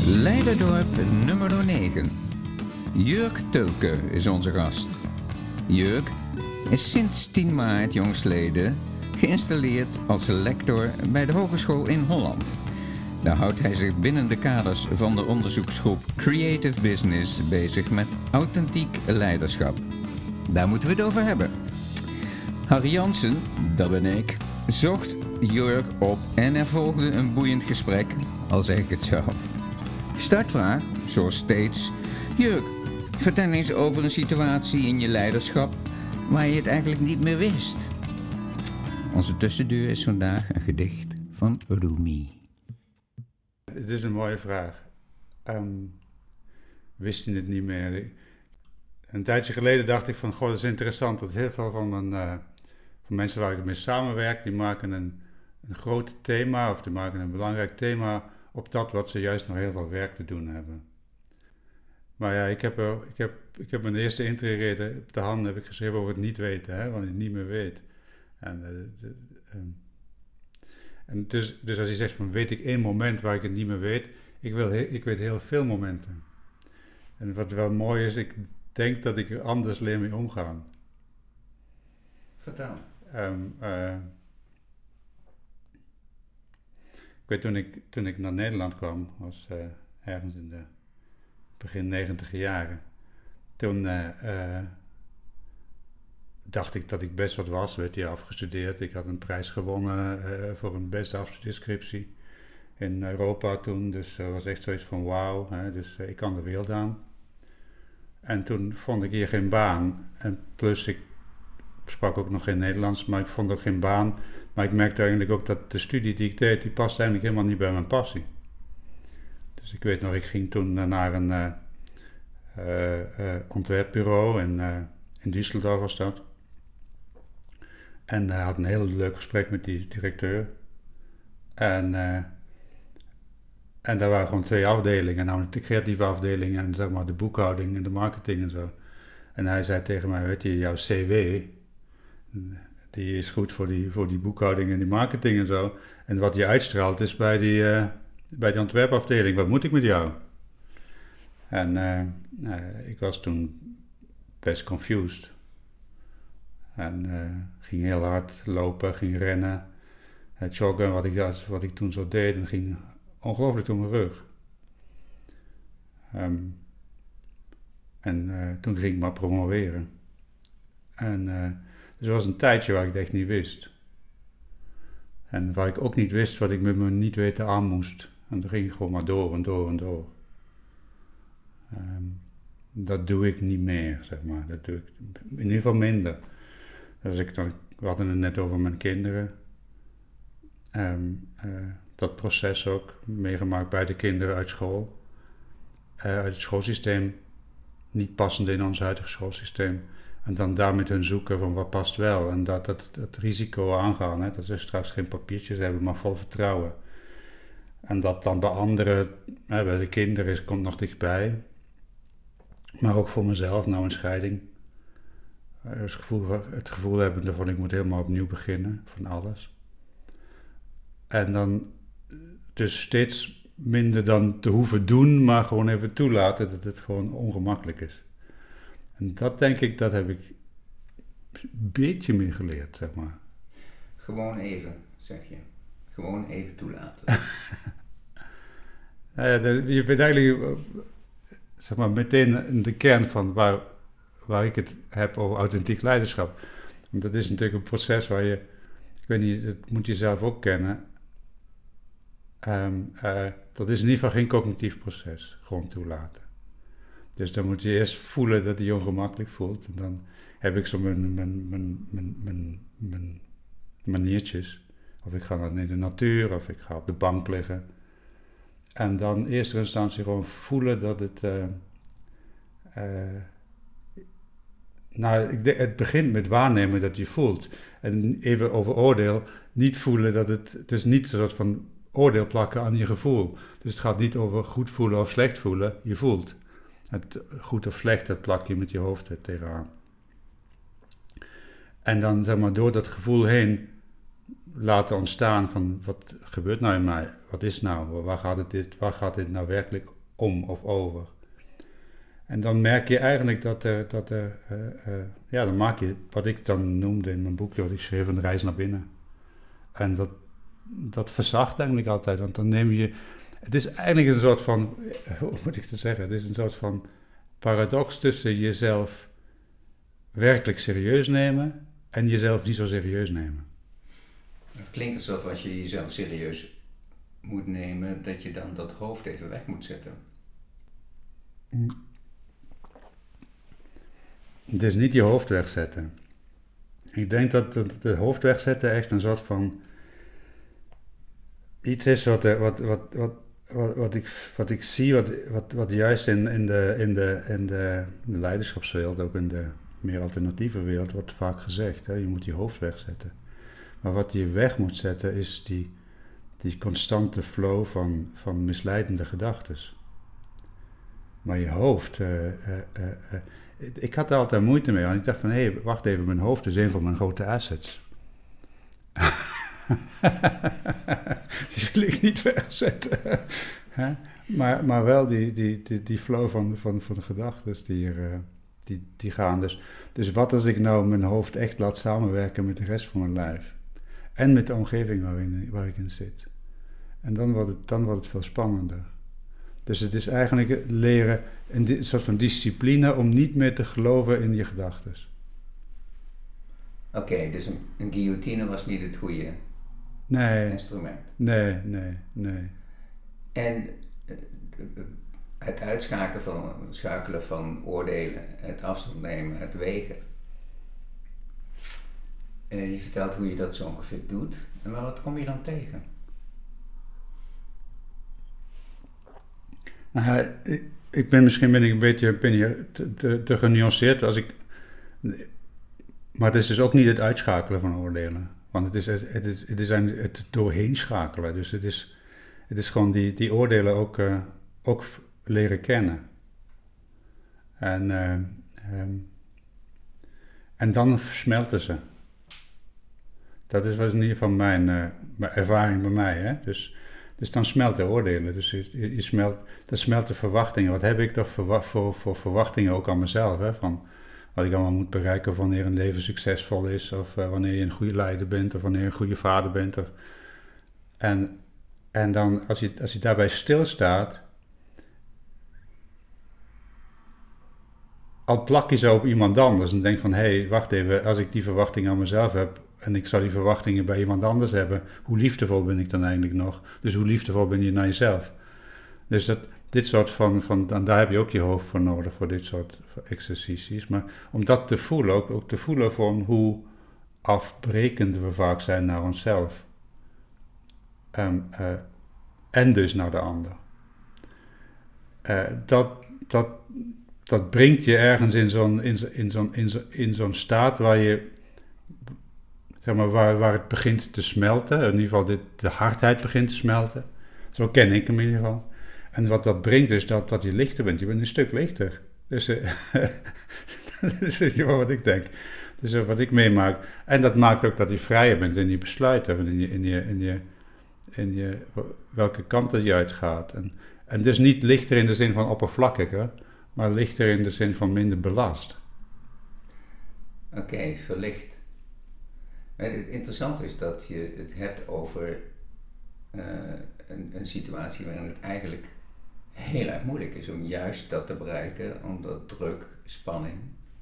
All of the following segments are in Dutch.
Leiderdorp nummer 9. Jurk Teuke is onze gast. Jurk is sinds 10 maart jongstleden geïnstalleerd als lector bij de Hogeschool in Holland. Daar houdt hij zich binnen de kaders van de onderzoeksgroep Creative Business bezig met authentiek leiderschap. Daar moeten we het over hebben. Harry Jansen, dat ben ik, zocht Jurk op en er volgde een boeiend gesprek, al zeg ik het zelf. Startvraag, zoals steeds. Jurk, vertel eens over een situatie in je leiderschap waar je het eigenlijk niet meer wist. Onze tussendeur is vandaag een gedicht van Rumi. Het is een mooie vraag. Wist je het niet meer? Een tijdje geleden dacht ik van, dat is interessant. Dat heel veel van mensen waar ik mee samenwerk, die maken een groot thema of die maken een belangrijk thema op dat wat ze juist nog heel veel werk te doen hebben. Maar ja, ik heb mijn eerste intrede op de hand heb ik geschreven over het niet weten, hè, want ik het niet meer weet. En dus als je zegt van weet ik één moment waar ik het niet meer weet, ik weet heel veel momenten. En wat wel mooi is, ik denk dat ik er anders leer mee omgaan. Vertel. Ik weet toen ik naar Nederland kwam, was ergens in de begin 90 jaren. Toen dacht ik dat ik best wat was, werd je afgestudeerd. Ik had een prijs gewonnen voor een beste afstudeerscriptie in Europa toen. Dus was echt zoiets van wauw, dus ik kan de wereld aan. En toen vond ik hier geen baan. En plus ik sprak ook nog geen Nederlands, maar ik vond ook geen baan. Maar ik merkte eigenlijk ook dat de studie die ik deed, die past eigenlijk helemaal niet bij mijn passie. Dus ik weet nog, ik ging toen naar een ontwerpbureau in Düsseldorf was dat. En had een heel leuk gesprek met die directeur. En daar waren gewoon 2 afdelingen, namelijk de creatieve afdeling en zeg maar de boekhouding en de marketing en zo. En hij zei tegen mij, weet je, jouw cv, die is goed voor die boekhouding en die marketing en zo. En wat je uitstraalt is bij die ontwerpafdeling, wat moet ik met jou? En ik was toen best confused. En ging heel hard lopen, ging rennen, joggen, wat ik toen zo deed. En ging ongelooflijk door mijn rug. Toen ging ik maar promoveren. Dus er was een tijdje waar ik het echt niet wist. En waar ik ook niet wist wat ik met me niet weten aan moest. En dan ging ik gewoon maar door en door en door. Dat doe ik niet meer, zeg maar. Dat doe ik in ieder geval minder. Dus we hadden het net over mijn kinderen. Dat proces ook meegemaakt bij de kinderen uit school. Uit het schoolsysteem. Niet passend in ons huidige schoolsysteem. En dan daar met hun zoeken van wat past wel. En dat risico aangaan. Hè, dat ze straks geen papiertjes hebben, maar vol vertrouwen. En dat dan bij anderen, bij de kinderen komt nog dichtbij. Maar ook voor mezelf, nou een scheiding. Het gevoel hebben van ik moet helemaal opnieuw beginnen, van alles. En dan dus steeds minder dan te hoeven doen, maar gewoon even toelaten dat het gewoon ongemakkelijk is. En dat denk ik, dat heb ik een beetje meer geleerd, zeg maar. Gewoon even, zeg je. Gewoon even toelaten. Je bent eigenlijk, zeg maar, meteen de kern van waar ik het heb over authentiek leiderschap. Want dat is natuurlijk een proces waar je, ik weet niet, dat moet je zelf ook kennen. Dat is in ieder geval geen cognitief proces, gewoon toelaten. Dus dan moet je eerst voelen dat hij ongemakkelijk voelt. En dan heb ik zo mijn maniertjes. Of ik ga naar in de natuur, of ik ga op de bank liggen. En dan in eerste instantie gewoon voelen dat het... het begint met waarnemen dat je voelt. En even over oordeel, niet voelen dat het is niet zo dat van oordeel plakken aan je gevoel. Dus het gaat niet over goed voelen of slecht voelen, je voelt. Het goed of slecht, dat plak je met je hoofd tegenaan. En dan zeg maar door dat gevoel heen laten ontstaan van wat gebeurt nou in mij? Wat is nou? Waar gaat dit nou werkelijk om of over. En dan merk je eigenlijk dan maak je wat ik dan noemde in mijn boekje, wat ik schreef, een reis naar binnen. En dat verzacht eigenlijk altijd, want dan neem je... Het is eigenlijk een soort van, hoe moet ik het zeggen, het is een soort van paradox tussen jezelf werkelijk serieus nemen en jezelf niet zo serieus nemen. Het klinkt alsof als je jezelf serieus moet nemen, dat je dan dat hoofd even weg moet zetten. Het is niet je hoofd wegzetten. Ik denk dat het hoofd wegzetten echt een soort van iets is wat ik zie, wat juist in de leiderschapswereld, ook in de meer alternatieve wereld, wordt vaak gezegd. Hè? Je moet je hoofd wegzetten. Maar wat je weg moet zetten is die constante flow van misleidende gedachten. Maar je hoofd... ik had daar altijd moeite mee, want ik dacht van, hé, wacht even, mijn hoofd is een van mijn grote assets. Die wil ik niet wegzetten. Maar wel die flow van de gedachten die gaan. Dus wat als ik nou mijn hoofd echt laat samenwerken met de rest van mijn lijf? En met de omgeving waar ik in zit. En dan wordt het veel spannender. Dus het is eigenlijk leren een soort van discipline om niet meer te geloven in je gedachten. Oké, dus een guillotine was niet het goede instrument. Nee. En het uitschakelen van oordelen, het afstand nemen, het wegen. Je vertelt hoe je dat zo ongeveer doet. Maar wat kom je dan tegen? Nou, misschien ben ik een beetje te genuanceerd maar het is dus ook niet het uitschakelen van oordelen. Want het is het doorheen schakelen. Dus het is gewoon die oordelen ook leren kennen. En dan versmelten ze. Dat was in ieder geval mijn ervaring bij mij. Hè? Dus dan smelten oordelen. Dus dan smelten verwachtingen. Wat heb ik toch voor verwachtingen ook aan mezelf? Hè? Van wat ik allemaal moet bereiken wanneer een leven succesvol is. Of wanneer je een goede leider bent. Of wanneer je een goede vader bent. En dan als je daarbij stilstaat. Al plak je zo op iemand anders. En denk van, hé, wacht even. Als ik die verwachtingen aan mezelf heb. En ik zou die verwachtingen bij iemand anders hebben. Hoe liefdevol ben ik dan eigenlijk nog? Dus hoe liefdevol ben je naar jezelf? Dus dit soort van daar heb je ook je hoofd voor nodig. Voor dit soort exercities. Maar om dat te voelen. Ook te voelen van hoe afbrekend we vaak zijn naar onszelf. En dus naar de ander. Dat brengt je ergens in zo'n staat waar je... Zeg maar, waar het begint te smelten. In ieder geval de hardheid begint te smelten. Zo ken ik hem in ieder geval. En wat dat brengt is dat je lichter bent. Je bent een stuk lichter. Dus dat is wat ik denk. Dus wat ik meemaak. En dat maakt ook dat je vrijer bent in je besluiten. In je welke kant je uitgaat. En dus niet lichter in de zin van oppervlakkig. Hè, maar lichter in de zin van minder belast. Oké, verlicht. Het interessante is dat je het hebt over een situatie waarin het eigenlijk heel erg moeilijk is om juist dat te bereiken, onder druk, spanning,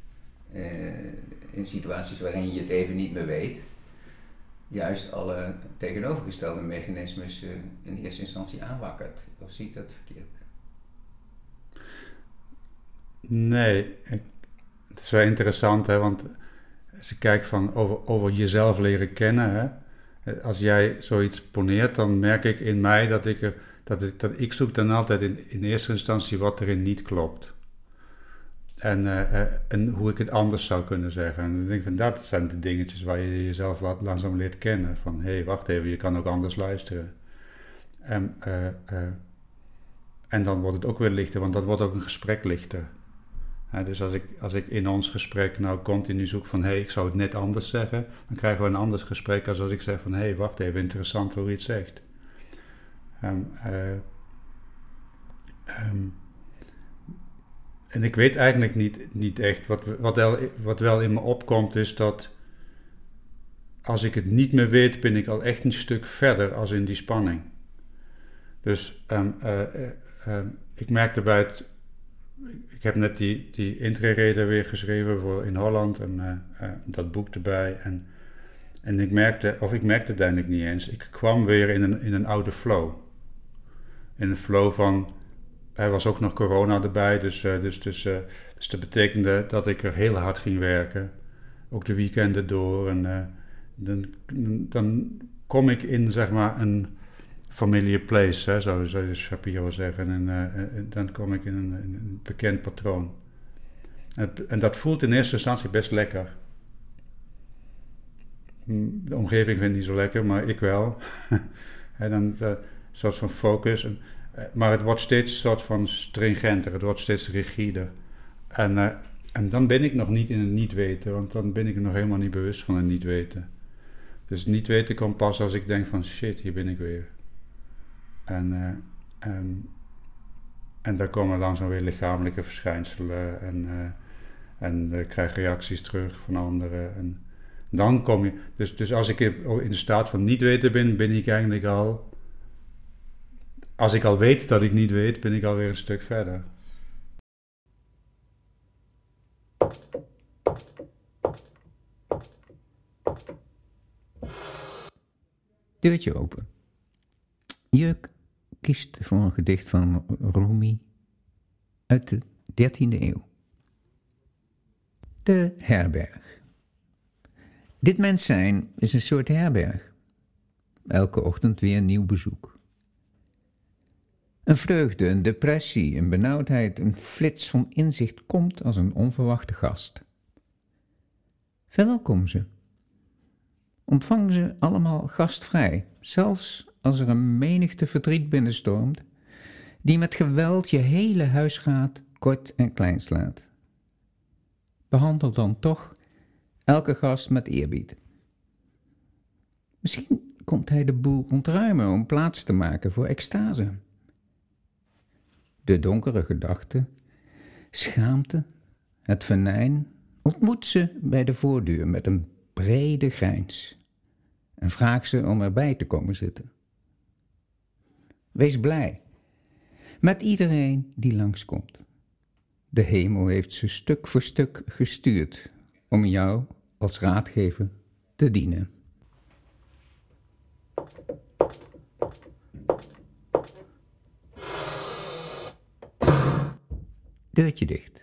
in situaties waarin je het even niet meer weet, juist alle tegenovergestelde mechanismes in eerste instantie aanwakkert. Of zie ik dat verkeerd? Nee, het is wel interessant, hè, want als je kijkt van over jezelf leren kennen, hè, als jij zoiets poneert, dan merk ik in mij dat ik zoek dan altijd in eerste instantie wat erin niet klopt. En hoe ik het anders zou kunnen zeggen. En dan denk ik van, dat zijn de dingetjes waar je jezelf langzaam leert kennen. Van, hé, wacht even, je kan ook anders luisteren. En dan wordt het ook weer lichter, want dan wordt ook een gesprek lichter. Dus als ik in ons gesprek nou continu zoek van, hé, ik zou het net anders zeggen, dan krijgen we een anders gesprek als ik zeg van, hé, wacht even, interessant hoe je het zegt. En ik weet eigenlijk niet echt. Wat wel in me opkomt is dat als ik het niet meer weet, ben ik al echt een stuk verder als in die spanning. Dus ik merkte bij het... Ik heb net die intrarede weer geschreven voor in Holland en dat boek erbij. En ik merkte het eigenlijk niet eens. Ik kwam weer in een oude flow. In een flow van... Er was ook nog corona erbij, dus dat betekende dat ik er heel hard ging werken. Ook de weekenden door. En dan kom ik in, zeg maar, een familiar place, hè, zou Shapiro zeggen. En dan kom ik in een bekend patroon. En dat voelt in eerste instantie best lekker. De omgeving vindt het niet zo lekker, maar ik wel. En dan een soort van focus. Maar het wordt steeds een soort van stringenter, het wordt steeds rigider. En dan ben ik nog niet in het niet weten, want dan ben ik nog helemaal niet bewust van het niet weten. Dus niet weten komt pas als ik denk van shit, hier ben ik weer. En daar komen langzaam weer lichamelijke verschijnselen en ik krijg reacties terug van anderen. En dan kom je, dus als ik in de staat van niet weten ben ik eigenlijk al... Als ik al weet dat ik niet weet, ben ik alweer een stuk verder. Deurtje open. Jurk kiest voor een gedicht van Rumi uit de 13e eeuw. De herberg. Dit mens zijn is een soort herberg. Elke ochtend weer een nieuw bezoek. Een vreugde, een depressie, een benauwdheid, een flits van inzicht komt als een onverwachte gast. Verwelkom ze. Ontvang ze allemaal gastvrij, zelfs als er een menigte verdriet binnenstormt, die met geweld je hele huisraad kort en klein slaat. Behandel dan toch elke gast met eerbied. Misschien komt hij de boel ontruimen om plaats te maken voor extase. De donkere gedachte, schaamte, het venijn, ontmoet ze bij de voordeur met een brede grijns en vraag ze om erbij te komen zitten. Wees blij met iedereen die langskomt. De hemel heeft ze stuk voor stuk gestuurd om jou als raadgever te dienen. Deurtje dicht.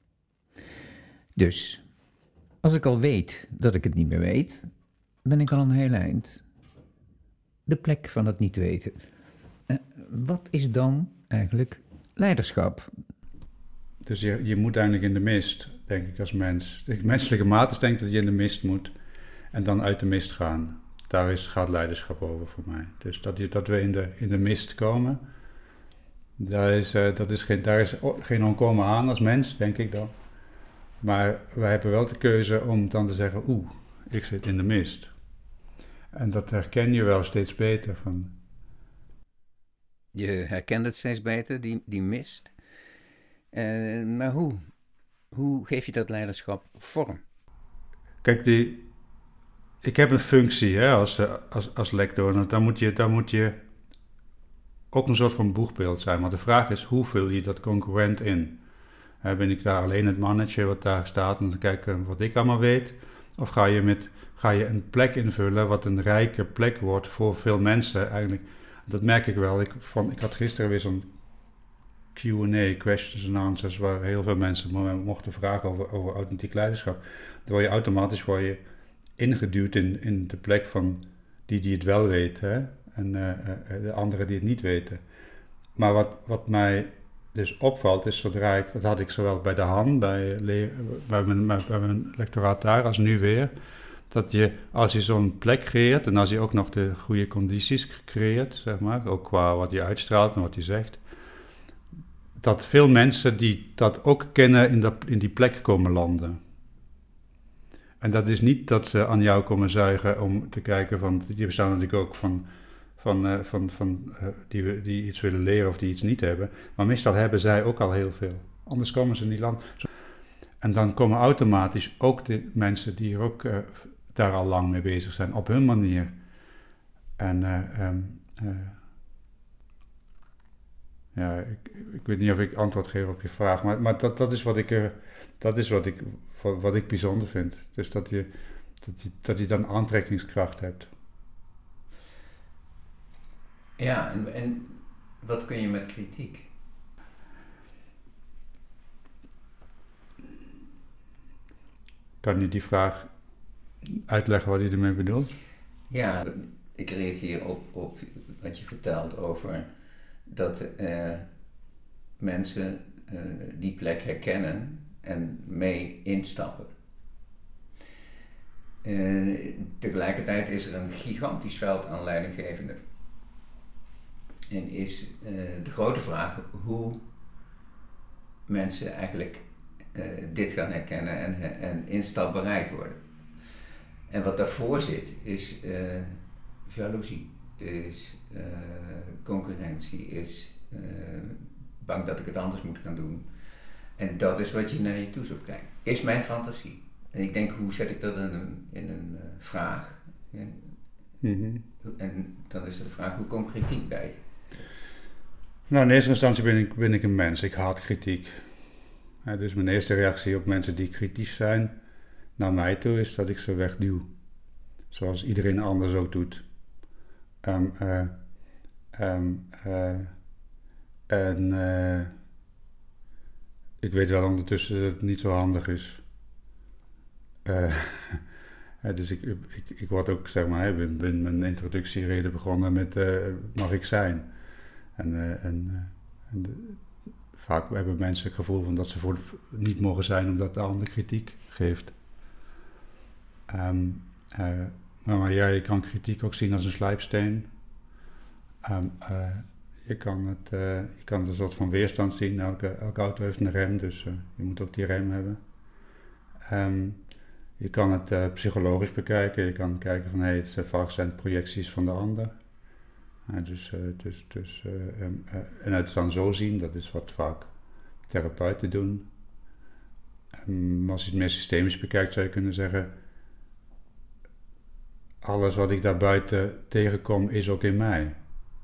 Dus, als ik al weet dat ik het niet meer weet, ben ik al een heel eind. De plek van het niet weten. Wat is dan eigenlijk leiderschap? Dus je moet eigenlijk in de mist, denk ik als mens. De menselijke maat is denk ik dat je in de mist moet en dan uit de mist gaan. Daar gaat leiderschap over voor mij. Dus dat we in de mist komen, daar is geen ontkomen aan als mens, denk ik dan. Maar wij hebben wel de keuze om dan te zeggen, ik zit in de mist. En dat herken je wel steeds beter van. Je herkent het steeds beter, die mist. Maar hoe? Hoe geef je dat leiderschap vorm? Kijk, ik heb een functie hè, als lector. Dan moet je ook een soort van boegbeeld zijn. Maar de vraag is, hoe vul je dat congruent in? Ben ik daar alleen het mannetje wat daar staat en te kijken wat ik allemaal weet? Of ga je een plek invullen wat een rijke plek wordt voor veel mensen eigenlijk? Dat merk ik wel. Ik had gisteren weer zo'n Q&A, questions and answers, waar heel veel mensen mochten vragen over authentiek leiderschap. Dan word je automatisch ingeduwd in de plek van die het wel weten, hè? En de anderen die het niet weten. Maar wat mij dus opvalt is dat had ik zowel bij de Han, bij mijn lectoraat daar, als nu weer, dat als je zo'n plek creëert en als je ook nog de goede condities creëert, zeg maar, ook qua wat je uitstraalt en wat je zegt, dat veel mensen die dat ook kennen in die plek komen landen. En dat is niet dat ze aan jou komen zuigen om te kijken van, die bestaan natuurlijk ook die iets willen leren of die iets niet hebben. Maar meestal hebben zij ook al heel veel. Anders komen ze in die land. En dan komen automatisch ook de mensen die er ook daar al lang mee bezig zijn, op hun manier. En ik weet niet of ik antwoord geef op je vraag, maar dat is wat ik bijzonder vind. Dus dat je dan aantrekkingskracht hebt. Ja, en wat kun je met kritiek? Kan je die vraag uitleggen wat je ermee bedoelt? Ja, ik reageer op wat je vertelt over dat mensen die plek herkennen en mee instappen. Tegelijkertijd is er een gigantisch veld aan leidinggevenden. En is de grote vraag hoe mensen eigenlijk dit gaan herkennen en instapbereid worden. En wat daarvoor zit is jaloezie, is concurrentie, is bang dat ik het anders moet gaan doen. En dat is wat je naar je toe zult kijken. Is mijn fantasie. En ik denk, hoe zet ik dat in een vraag? Ja. Mm-hmm. En dan is de vraag, hoe komt kritiek bij je? Nou, in eerste instantie ben ik een mens. Ik haat kritiek. Dus mijn eerste reactie op mensen die kritisch zijn naar mij toe is dat ik ze wegduw. Zoals iedereen anders ook doet. Ik weet wel ondertussen dat het niet zo handig is. Dus ik word ook, zeg maar, ben mijn introductiereden begonnen met mag ik zijn. Vaak hebben mensen het gevoel van dat ze niet mogen zijn omdat de ander kritiek geeft. Maar ja, je kan kritiek ook zien als een slijpsteen. Je kan het een soort van weerstand zien. Elke auto heeft een rem, dus je moet ook die rem hebben. Je kan het psychologisch bekijken. Je kan kijken van vaak zijn het projecties van de ander. En het dan zo zien, dat is wat vaak therapeuten doen. Maar als je het meer systemisch bekijkt, zou je kunnen zeggen: alles wat ik daarbuiten tegenkom is ook in mij.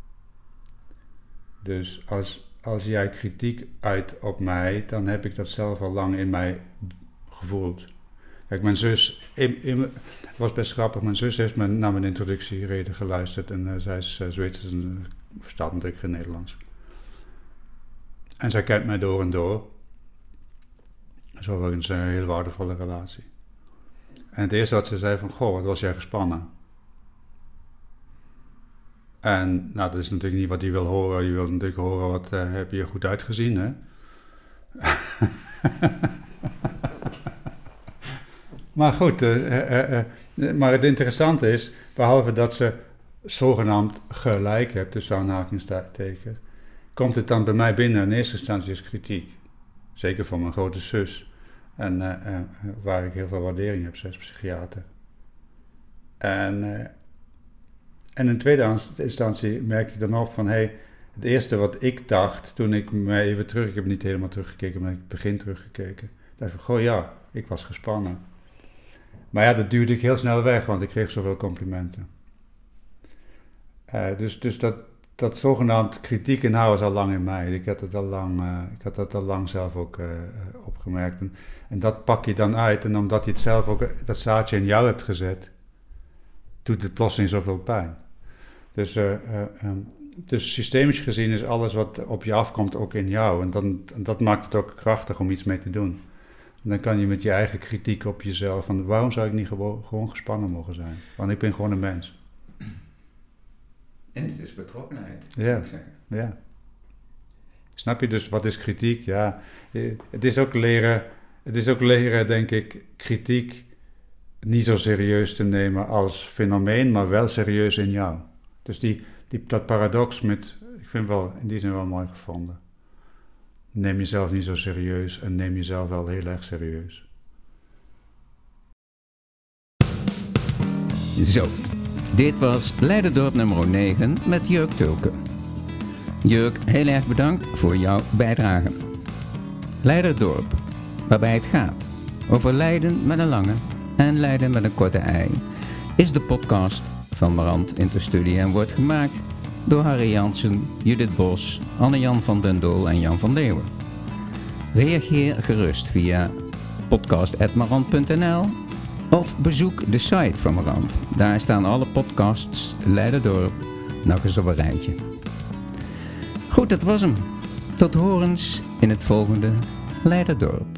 Dus als jij kritiek uit op mij, dan heb ik dat zelf al lang in mij gevoeld. Kijk, mijn zus, het was best grappig, mijn zus heeft naar mijn introductiereden geluisterd en zij is Zweeds en verstaat natuurlijk geen Nederlands. En zij kent mij door en door. Zo was een heel waardevolle relatie. En het eerste wat ze zei van, goh, wat was jij gespannen? En nou, dat is natuurlijk niet wat je wil horen. Je wil natuurlijk horen, wat heb je goed uitgezien, hè? Maar goed, maar het interessante is, behalve dat ze zogenaamd gelijk hebt, tussen aanhalingstekens, komt het dan bij mij binnen in eerste instantie als kritiek. Zeker van mijn grote zus. En waar ik heel veel waardering heb, zij is psychiater. En in tweede instantie merk ik dan op van, het eerste wat ik dacht, toen ik me even ik heb niet helemaal teruggekeken, maar ik heb het begin teruggekeken. Dacht ik, goh ja, ik was gespannen. Maar ja, dat duwde ik heel snel weg, want ik kreeg zoveel complimenten. Dus dat zogenaamd kritiek inhouden is al lang in mij. Ik had dat al lang zelf ook opgemerkt. En dat pak je dan uit. En omdat je het zelf ook, dat zaadje in jou hebt gezet, doet het plotseling zoveel pijn. Dus systemisch gezien is alles wat op je afkomt ook in jou. En dat maakt het ook krachtig om iets mee te doen. En dan kan je met je eigen kritiek op jezelf van, waarom zou ik niet gewoon gespannen mogen zijn? Want ik ben gewoon een mens. En het is betrokkenheid, ja, zou ik zeggen. Ja. Snap je dus, wat is kritiek? Ja, het is ook leren, denk ik, kritiek niet zo serieus te nemen als fenomeen, maar wel serieus in jou. Dus dat paradox ik vind wel in die zin wel mooi gevonden. Neem jezelf niet zo serieus en neem jezelf wel heel erg serieus. Zo, Dit was Leiderdorp nummer 9 met Jurk Tulke. Jurk, heel erg bedankt voor jouw bijdrage. Leiderdorp, waarbij het gaat over Leiden met een lange en Leiden met een korte ei, is de podcast van Marant Interstudie en wordt gemaakt door Harry Jansen, Judith Bos, Anne-Jan van den Doel en Jan van Leeuwen. Reageer gerust via podcast@marant.nl of bezoek de site van Marant. Daar staan alle podcasts Leiderdorp nog eens op een rijtje. Goed, dat was hem. Tot horens in het volgende Leiderdorp.